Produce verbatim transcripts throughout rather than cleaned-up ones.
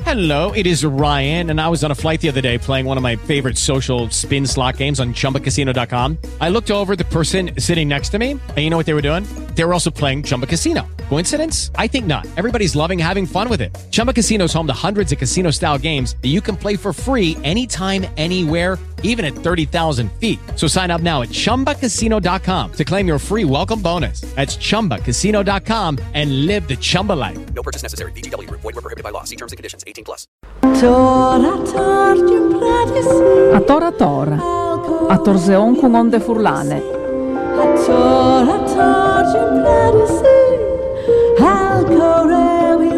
Hello, it is Ryan, and I was on a flight the other day playing one of my favorite social spin slot games on Chumba Casino dot com. I looked over at the person sitting next to me, and you know what they were doing? They were also playing Chumba Casino. Coincidence? I think not. Everybody's loving having fun with it. Chumba Casino is home to hundreds of casino-style games that you can play for free anytime, anywhere, even at thirty thousand feet. So sign up now at Chumba Casino dot com to claim your free welcome bonus. That's Chumba Casino dot com and live the Chumba life. No purchase necessary. V G W. Void where prohibited by law. See terms and conditions. eighteen plus. Tora, tora, A Tora Tora, a Torseon con onde furlane. tora, tora, al correo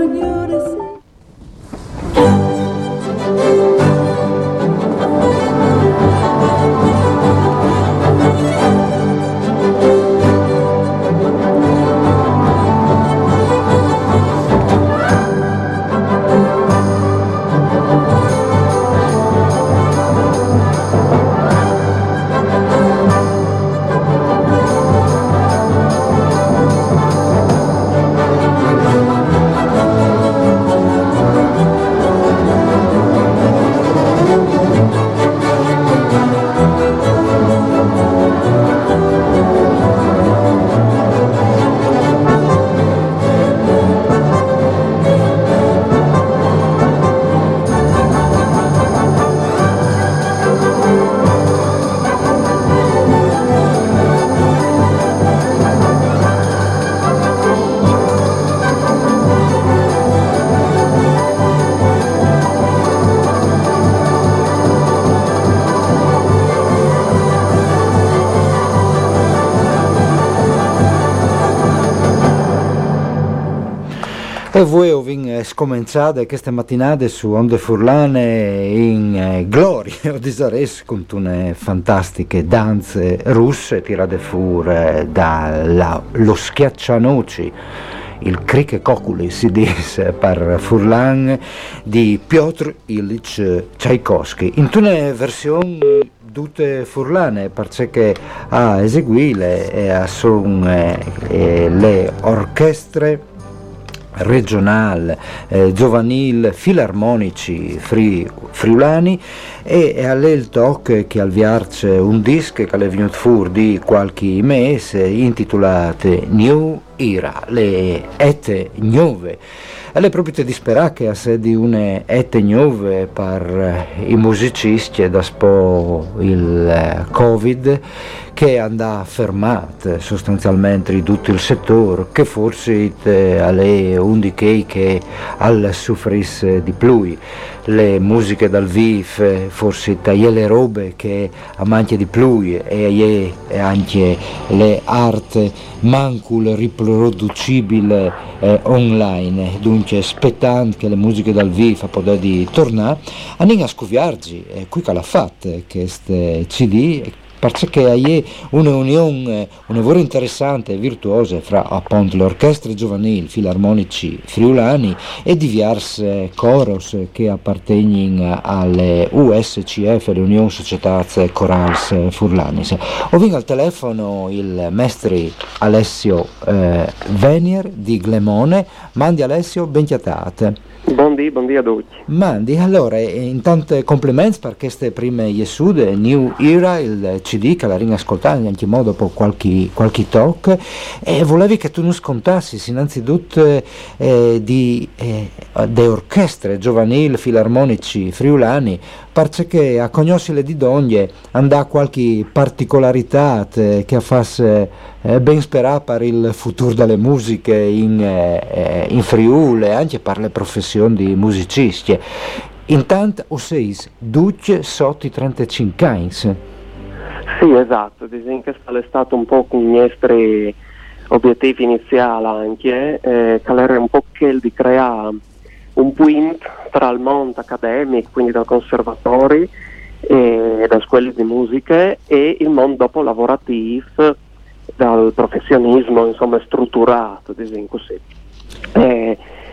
E voi ovin scominciate queste mattinate su Onde Furlane in eh, gloria o disares con tune fantastiche danze russe tirate fuori dallo schiaccianoci, il criche coculi si dice per Furlan di Piotr Ilyich Tchaikovsky in tune versioni tutte furlane perché a eseguire e a son eh, eh, le orchestre regional, eh, giovanil, filarmonici fri, friulani e, e a lei il tocco che al viarce un disco che è venuto fuori di qualche mese intitolato New Era, le ette nuove. E le proprio disperare che a sé di une ette nuove per i musicisti da spo il Covid che andà fermato sostanzialmente di tutto il settore, che forse alle undi che al soffrisse di più le musiche dal vivo, forse le robe che amanti di più e anche le arti mancul riproducibile eh, online, dunque aspettando che le musiche dal vivo poter di tornare, andiamo a scoviarci, eh, qui che l'ha fatta questo C D, perché è una unione, un lavoro interessante e virtuosa fra appunto le orchestre giovanili, filarmonici friulani e diverse coros che appartengono alle U S C F, le Unioni Societats Corals Furlanis. Ho vinto al telefono il maestri Alessio eh, Venier di Glemone. Mandi Alessio, ben chiatate. Buondì, buondì a tutti. Mandi, allora, intanto complimenti per queste prime Yesude, New Era, il C D che la ringa ascoltare anche in modo dopo qualche, qualche talk, e volevi che tu non scontassi innanzitutto eh, di eh, de orchestre giovanili filarmonici friulani, perché a conoscere di donne andà qualche particolarità te, che fasse eh, ben sperare per il futuro delle musiche in, eh, in Friuli, anche per le professioni di musicisti. Intanto o sei duce sotto i trentacinque anni. Sì, esatto, diciamo che è stato un po' con i nostri obiettivi iniziali anche, eh, che era un po' quello di creare un point tra il mondo accademico, quindi dal conservatori e da scuole di musica, e il mondo dopo lavorativo, dal professionismo, insomma, strutturato, diciamo così. Eh,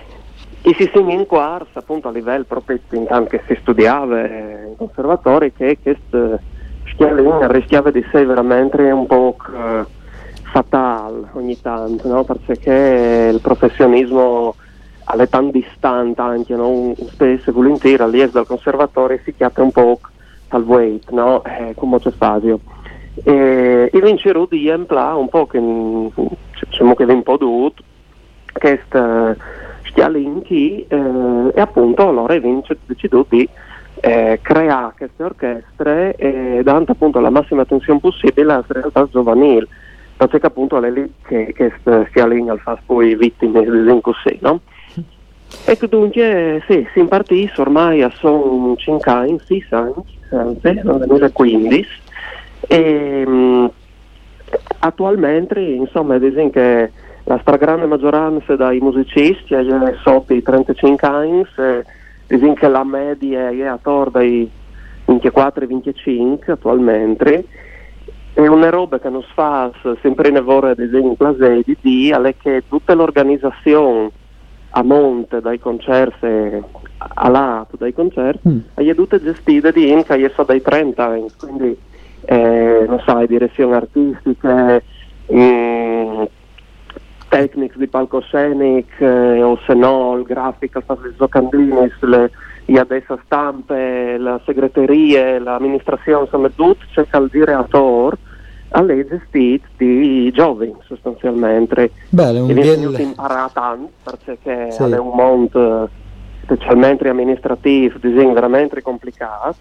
e si segna in quarta, appunto, a livello proprio intanto che si studiava in conservatori, che questa schiavina rischiava di essere veramente un po' fatale ogni tanto, no? Perché il professionismo alle tan distante anche, no? Spesso e volentieri all'es del conservatorio si chiama un po' al wait, no? Eh, come c'è spazio. E il vincero di Empla un po' che diciamo che vi un po' dovuto che sta schialinchi eh, e appunto allora vince deciso di eh, creare queste orchestre e dando appunto la massima attenzione possibile alla realtà giovanile, perché appunto è lì che, che schialinga al fa poi vittime di così, no? E dunque sì, si impartì ormai a son cinque anni, sei anni, nel duemilaquindici e mh, attualmente insomma diciamo che la stragrande maggioranza dei musicisti è sotto i trentacinque anni, diciamo che la media è attorno dai ventiquattro venticinque attualmente. E una roba che non si fa sempre in lavoro diciamo in classe di D è che tutta l'organizzazione a monte dai concerti a lato dai concerti mm. è tutta gestita di in che so dai trenta anni, quindi eh, non sai, direzioni artistiche, mm, tecniche di palcoscenic eh, o se no il grafico, il zocandinis, le e adesso stampe, la segreteria, l'amministrazione, insomma tutto c'è che il direttore a lei gestito di giovani sostanzialmente. Beh, un e viene biel... imparato tanto perché sì. è un mondo specialmente amministrativo, disegno veramente complicato.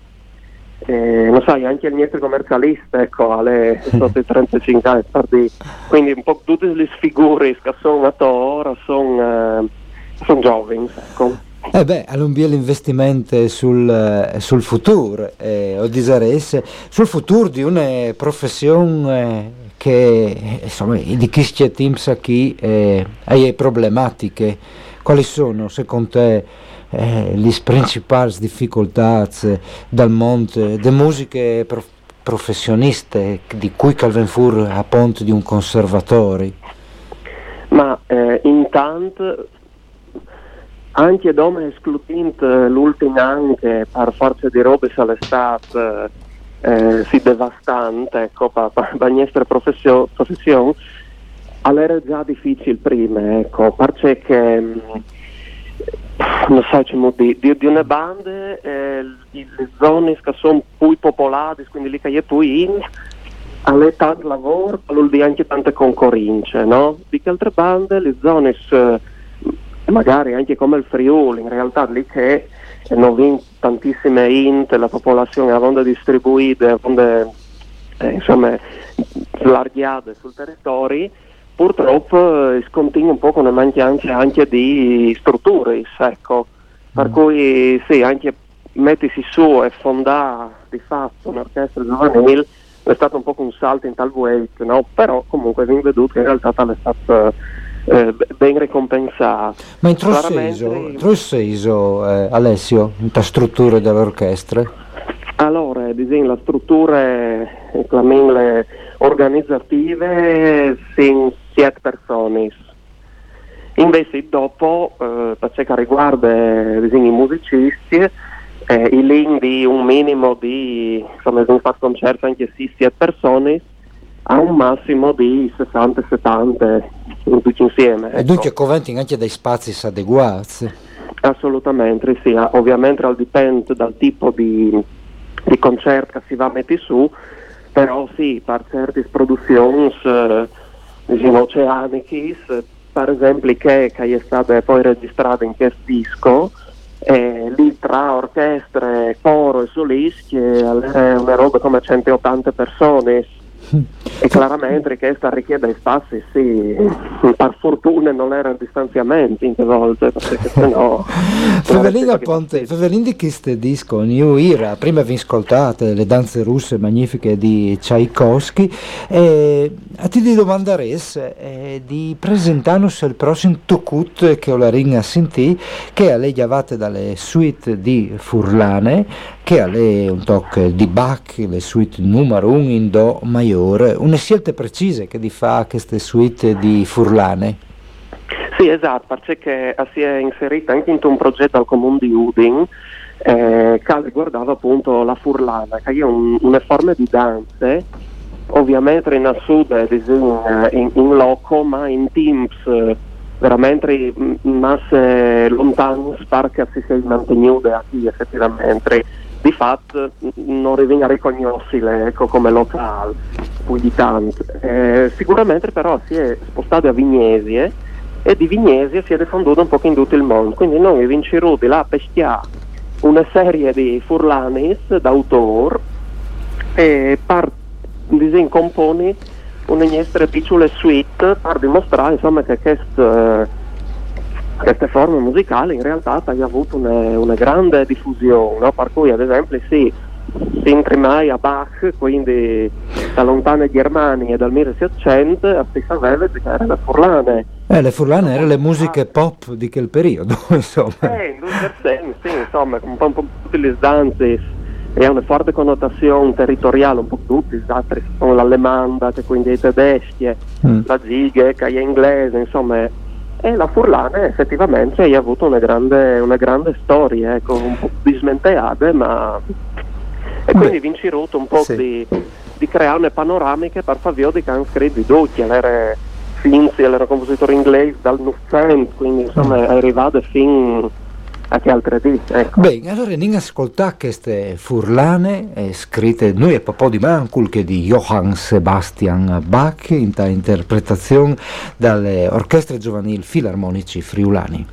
Eh, non sai, anche il mio commercialista, ecco, alle sotto i trentacinque anni, per quindi un po' tutte le figure che sono attorno sono, eh, sono giovani, ecco. Eh beh, all'unbia l'investimento sul, sul futuro, eh, o disares, sul futuro di una professione eh, che, insomma, di chi c'è teams qui eh, ha problematiche. Quali sono, secondo te, eh, le principali difficoltà dal mondo delle musiche prof- professioniste di cui Calvin Fur a ponte di un conservatorio? Ma eh, intanto anche dopo escludendo l'ultimo anno che per forza di robe all'estate eh, si devastante, ecco, per la nostra professione, profession, allora già difficile prima, ecco, perché non so, diciamo, di, di, di una banda eh, le zone che sono più popolate, quindi lì che è più in, alle tanto lavoro, vuol dire anche tante concorrenze, no? Di che altre bande, le zone magari anche come il Friuli, in realtà lì che non vincono tantissime int, la popolazione a onda distribuita, a onda eh, insomma slargate sul territorio, purtroppo eh, scontinua un po' con la mancanza anche di strutture, ecco, per mm. cui sì, anche mettersi su e fondare di fatto un'orchestra giovanile è stato un po' un salto in tal weight, no? Però comunque vi veduto che in realtà tale è stato Eh, ben ricompensato. Ma in che senso, eh, Alessio, in ta struttura dell'orchestra? Allora, disegno la struttura le organizzative sin sette persone. Invece dopo, eh, per ciò che riguarda disegni musicisti, eh, i link di un minimo di, insomma, sono fatto concerti anche sei sette persone, a un massimo di sessanta settanta tutti insieme. E ecco. Dunque conventi anche dei spazi adeguati? Assolutamente, sì, ovviamente dipende dal tipo di, di concerto che si va a mettere su, però sì, per certe produzioni eh, diciamo oceaniche, per esempio che, che è stata poi registrata in questo disco, eh, lì tra orchestre, coro e solisti è una roba come centottanta persone. E chiaramente che questa richiede spazi, sì, per fortuna non erano distanziamenti in che volte, perché sennò Fevelin Ponte, Fevelin di questo disco New Era, prima vi ascoltate le danze russe magnifiche di Tchaikovsky, e a ti di domandares eh, di presentarnos il prossimo Tukut che ho la ringa sentì, che a lei avate dalle suite di Furlane, che a lei un tocco di Bach, le suite numero uno in do maggiore, una scelta precisa che di fa queste suite di Furlane. Sì, esatto, perché si è inserita anche in un progetto al comune di Udin eh, che riguardava appunto la Furlana, che è un, una forma di danze, ovviamente in sud in, in loco, ma in teams veramente masse lontane spar che si sia mantenuto qui effettivamente di fatto non riviene a riconoscere ecco, come locale più di tanto eh, sicuramente però si è spostato a Vignesie e di Vignesie si è diffonduto un po' in tutto il mondo, quindi noi vinceruti là a peschiare una serie di furlanis d'autore e par disegno componi una nostra piccola suite per dimostrare insomma che queste, queste forme musicali in realtà hanno avuto una, una grande diffusione, no? Per cui ad esempio sì, si intrimai a Bach, quindi da lontane Germania e dal millesettecento a si sapeva che erano le furlane. Eh, le furlane erano le musiche pop di quel periodo, insomma. Eh, in un certo senso, sì, insomma, un po', un po' tutte le danze e ha una forte connotazione territoriale, un po' tutti, altri sono l'allemanda, che quindi è tedeschi, mm. la ziga, che è inglese, insomma, e la furlane effettivamente ha avuto una grande, una grande storia, ecco, un po' dismenteata, ma e quindi vinci rotto un po' sì. di, di creare una panoramiche per favore di che hanno scritto di Ducchi, era Finzi, era compositore inglese dal novecento, quindi insomma è arrivato fin a che altre dì, ecco. Bene, allora non ascoltate queste furlane eh, scritte noi e Popò di Mancul che di Johann Sebastian Bach in ta interpretazione dalle orchestre giovanili filarmonici friulani.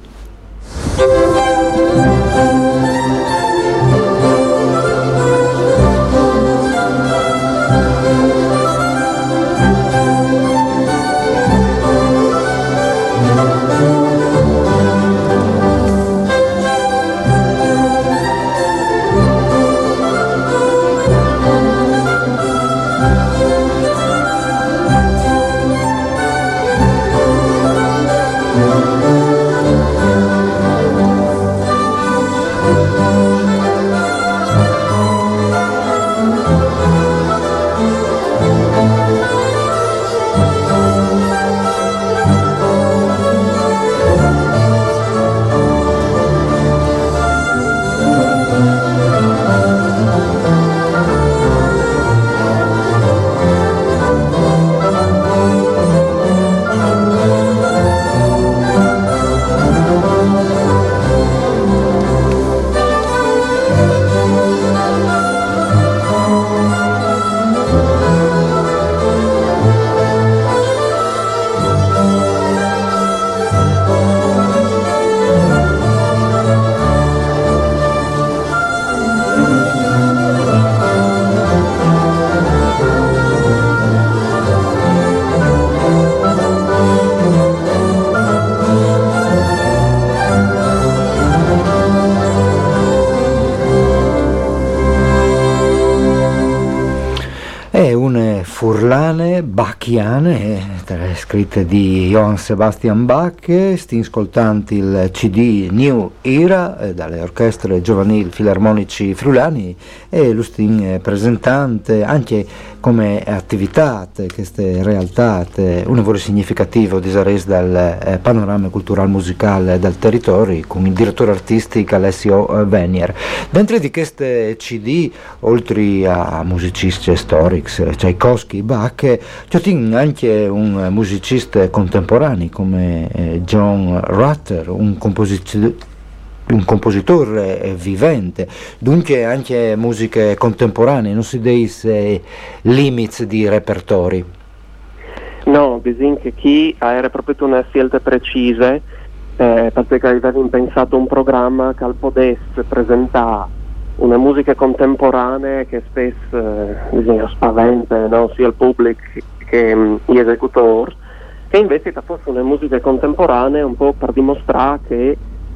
Furlane bacchiane, scritte di Johann Sebastian Bach, stin ascoltando il C D New Era eh, dalle orchestre giovanili filarmonici friulani e lo stin presentante anche come attività queste realtà un lavoro significativo di Sares dal eh, panorama culturale musicale del territorio con il direttore artistico Alessio Venier. Dentro di queste C D oltre a musicisti storici Tchaikovsky, Bach, c'è anche un musicista contemporaneo come eh, John Rutter, un compositore un compositore vivente, dunque anche musiche contemporanee, non si dei limiti di repertori. No, bisogna che chi era proprio una scelta precisa, eh, perché avevamo pensato un programma che potesse presentare una musica contemporanea che spesso eh, bisogna spaventa, no? Sia il pubblico che um, gli esecutori, che invece fosse una musica contemporanea un po' per dimostrare che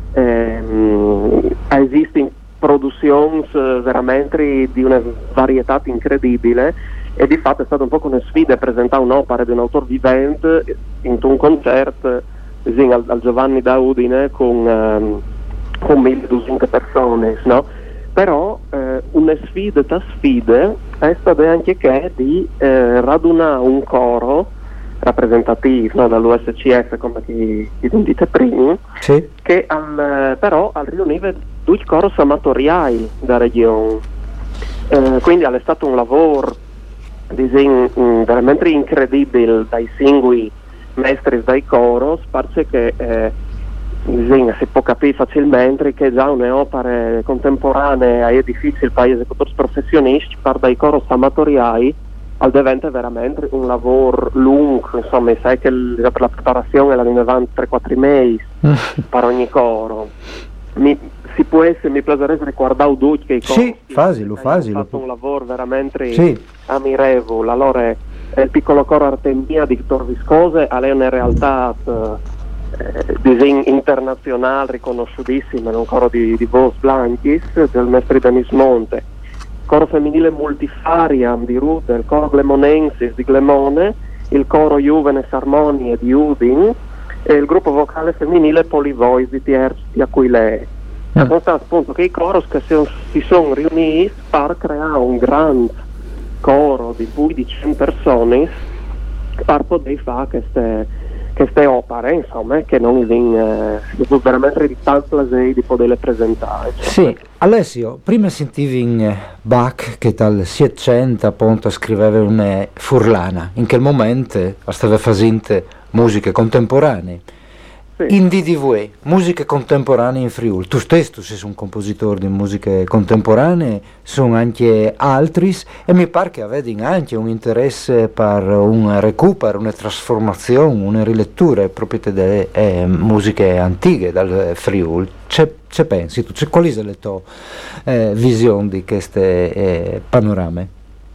ehm, esistono produzioni veramente di una varietà incredibile e di fatto è stata un po' una sfida presentare un'opera di un autore vivente in un concerto al, al Giovanni da Udine con, um, con milleduecento persone, no? Però eh, una sfida da sfide è stata anche che di eh, radunare un coro rappresentativo, no, dall'U S C F come chi, chi dite prima, sì. Che al, però al riuniva due cori amatoriali da regione, eh, quindi è stato un lavoro disegno, mh, veramente incredibile dai singoli mestri dai coros, parce che eh, bisogna, si può capire facilmente che già un'opera contemporanea è difficile per gli esecutori professionisti, par dai coros amatoriali, al diventa veramente un lavoro lungo, insomma, sai che il, per la preparazione la viene tre quattro mesi per ogni coro. Mi, si può essere, mi piacerebbe ricordare tutti che i coro sì, fasilo, fasilo. hanno fatto un lavoro veramente sì. ammirevole. Allora il piccolo coro Artemia di Vittor Viscose è una realtà eh, disegno internazionale riconosciutissima, è un coro di, di Vos Blanchis del Mestri Denis Monte, coro femminile Multifariam di Rude, il coro Glemonensis di Glemone, il coro Juvenes Armonie di Udin e il gruppo vocale femminile Polivoice di Tierz di Aquilee. Ah. Sono stati appunto che i coros che si, si sono riuniti per creare un grande coro di più di cento persone per poter fare queste, queste opere, insomma, che non mi viene eh, veramente di tanto piacere di poterle presentare. Cioè. Sì, Alessio, prima sentivi Bach che dal settecento appunto scriveva una furlana, in quel momento stava facendo musiche contemporanee. Sì. In D D V, musiche contemporanee in Friuli, tu stesso sei un compositore di musiche contemporanee, sono anche altri e mi pare che avete anche un interesse per un recupero, una trasformazione, una rilettura proprio delle eh, musiche antiche dal Friuli. C'è, c'è pensi tu? C'è, quali sono le tue eh, visioni di queste eh, panorame?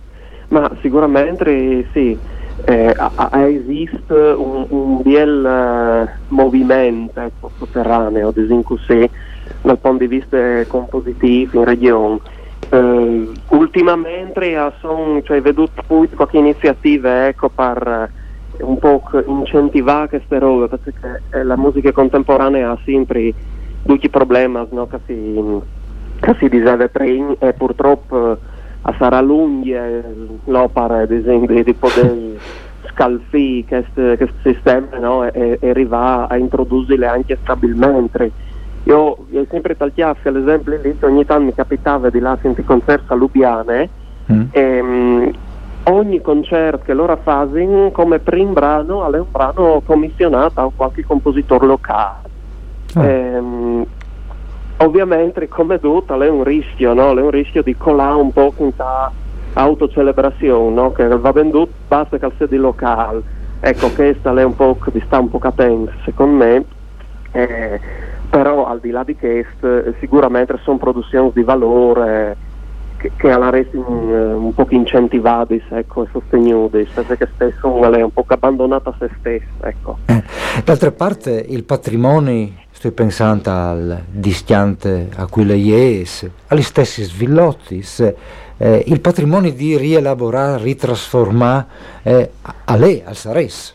Ma sicuramente sì. Eh, a, a esiste un, un bel uh, movimento ecco, sotterraneo così, dal punto di vista compositivo in regione. Eh, ultimamente sono cioè, veduto poi qualche iniziativa ecco, per uh, un po' incentivare queste robe, perché eh, la musica contemporanea ha sempre due problemi no, che si, che si diceva prima e purtroppo a sarà lunga l'opera ad esempio di poter scalfire questo sistema no? e, e arrivare a introdurle anche stabilmente. Io, io sempre talchiassi ad esempio lì, ogni tanto mi capitava di là sentire concerti a Lubiane mm. e um, ogni concerto che loro fanno come primo brano è un brano commissionato a qualche compositore locale. Ah. E, um, ovviamente come tutto è un rischio, no? È un rischio di colare un po' in questa autocelebrazione, no? Che va venduto basta che sia di locale. Ecco, questa è un po' di sta un po' catenza secondo me, eh, però al di là di questo sicuramente sono produzioni di valore che, che alla resta un, un po' incentivate ecco, e sostenute, perché spesso è un po' abbandonata a se stessa. Ecco. Eh, d'altra parte il patrimonio, sto pensando al distante Aquileies, agli stessi Svillotti, eh, il patrimonio di rielaborare, ritrasformare eh, a lei, al Sares.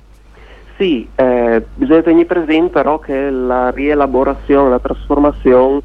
Sì, eh, bisogna tenere presente però che la rielaborazione, la trasformazione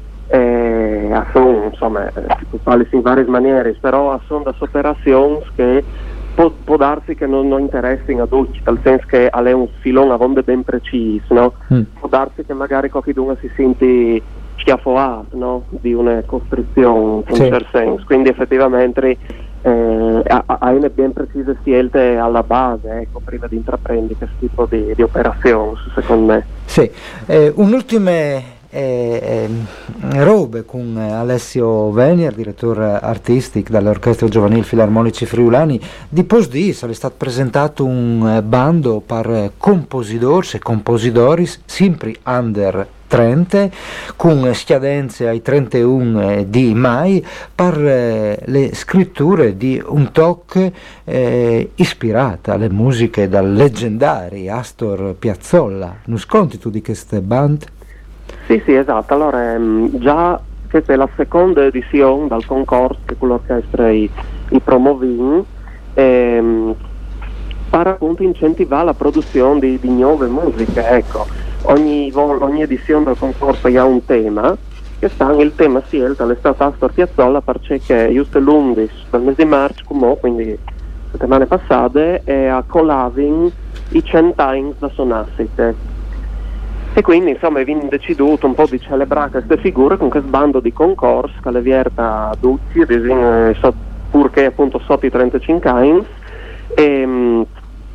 eh, sono, insomma, si può fare in varie maniere, però sono da operazioni che può, può darsi che non, non interessino a tutti, nel senso che è un filone a vonde ben preciso, no? Mm. Può darsi che magari qualcuno si sente schiaffoato, no? Di una costrizione in sì. un certo senso, quindi effettivamente eh, hai una ben precise scelte alla base, ecco, prima di intraprendere questo tipo di, di operazioni, secondo me. Sì, eh, un'ultima Eh, eh, robe con Alessio Venier, direttore artistico dall'Orchestra Giovanile Filarmonici Friulani. Di Posdis è stato presentato un bando per compositori e compositori sempre under trenta, con scadenze ai trentuno di mai, per eh, le scritture di un tocco eh, ispirata alle musiche dal leggendario Astor Piazzolla. Non sconti tu di queste band? Sì, sì, esatto. Allora, ehm, già questa è la seconda edizione dal concorso che l'orchestra i, i promuovì ehm, per appunto incentivare la produzione di, di nuove musiche. Ecco, ogni, ogni edizione del concorso ha un tema, che sta il tema scelto all'estate Astor Piazzolla, perché giusto l'undici del mese di marzo, come quindi settimane passate, è a Colavin i cent'anni da sua nascita. E quindi insomma viene deciduto un po' di celebrare queste figure con questo bando di concorso che le vierta a tutti, purché appunto sotto i trentacinque anni, e,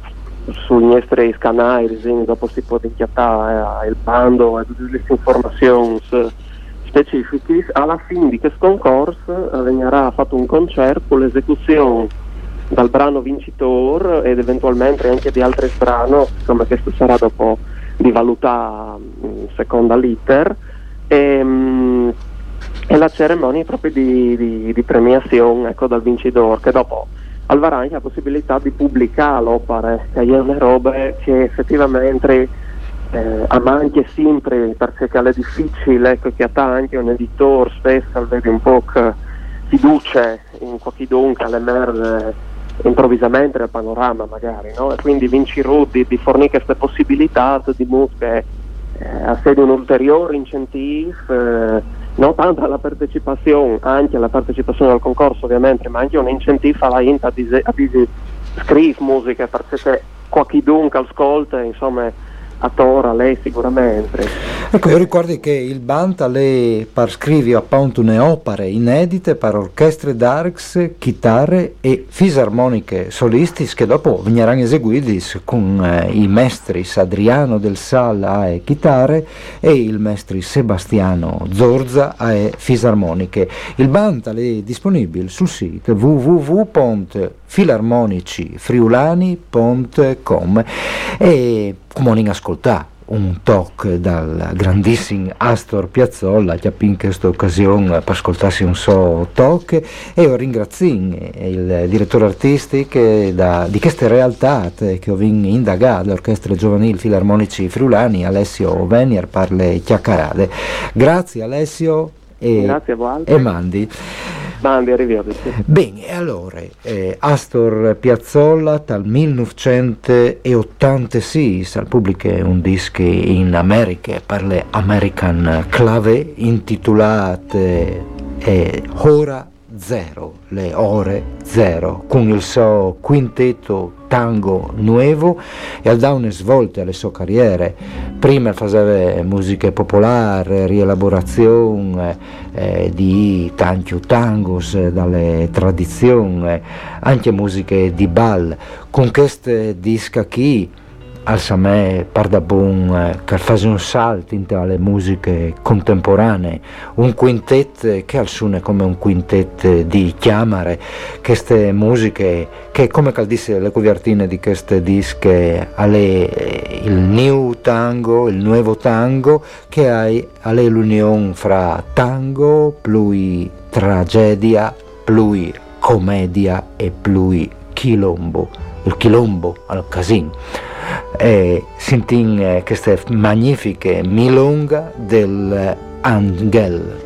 sui nostri canali, quindi dopo si può inchiattare eh, il bando e tutte le informazioni specifiche. Alla fine di questo concorso eh, verrà fatto un concerto con l'esecuzione dal brano vincitore ed eventualmente anche di altri brani, come questo sarà dopo di valutare mh, secondo l'iter, e, mh, e la cerimonia proprio di, di, di premiazione, ecco, dal vincitore, che dopo avrà anche la possibilità di pubblicare l'opera, che è una roba che effettivamente eh, a anche sempre, perché è difficile, ecco, che ha anche un editore spesso vede un po' che fiducia in qualche dunque alle merde improvvisamente nel panorama magari, no? E quindi vinci Rudi di fornire queste possibilità di musica eh, a sé di un ulteriore incentivo, eh, non tanto alla partecipazione, anche alla partecipazione al concorso ovviamente, ma anche un incentivo alla INTA di, di scrivere musica, perché qualche dunque ascolta, insomma, a Tora, lei sicuramente. Ecco, io ricordo che il Banta lei par scrivi appunto une opere inedite per orchestre d'arcs, chitarre e fisarmoniche solistis che dopo verranno eseguiti con eh, i mestri Adriano del Sal a chitarre e il mestri Sebastiano Zorza a fisarmoniche. Il Banta è disponibile sul sito w w w punto filarmonici friulani punto com e come in ascoltare un talk dal grandissimo Astor Piazzolla che in questa occasione per ascoltarsi un suo talk, e io ringrazio il direttore artistico da, di queste realtà che ho indagato l'orchestra giovanile filarmonici friulani, Alessio Venier, per le chiacchierate. Grazie Alessio e, Grazie a voi. e Mandi. Mandi, arrivederci. Bene, allora, eh, Astor Piazzolla dal millenovecentottantasei al pubblica un disco in America per le American Clave intitolato eh, Ora Zero, le ore zero, con il suo quintetto Tango Nuevo, e ha dato una svolta alle sue carriere. Prima faceva musica popolare, rielaborazione eh, di tanti tangos eh, dalle tradizioni, eh, anche musiche di ball. Con queste disca qui al Samè Pardabon eh, che fa un salto into alle musiche contemporanee, un quintet che al suona come un quintet di chiamare, queste musiche che, come cal disse le copertine di queste dische, alle il new tango, il nuovo tango, che hai alle l'unione fra tango, plui tragedia, plui commedia e plui chilombo, il chilombo al casin. E sentin eh, queste magnifiche milonga del Angel.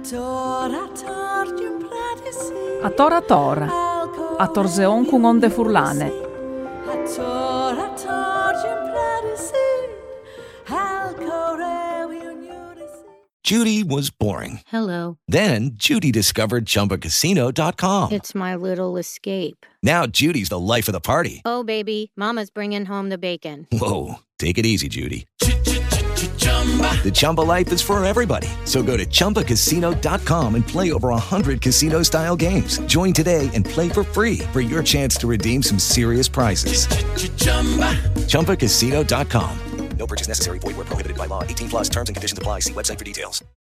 Tora torgium pradisi. A tora tora, a torzeon con onde furlane. Tora torgium pradisi. Alcore we unurisi. Judy was boring. Hello. Then Judy discovered Chumba Casino dot com. It's my little escape. Now Judy's the life of the party. Oh, baby, mama's bringing home the bacon. Whoa, take it easy, Judy. The Chumba life is for everybody. So go to Chumba Casino dot com and play over one hundred casino-style games. Join today and play for free for your chance to redeem some serious prizes. Chumba Casino dot com. No purchase necessary. Void where prohibited by law. eighteen plus terms and conditions apply. See website for details.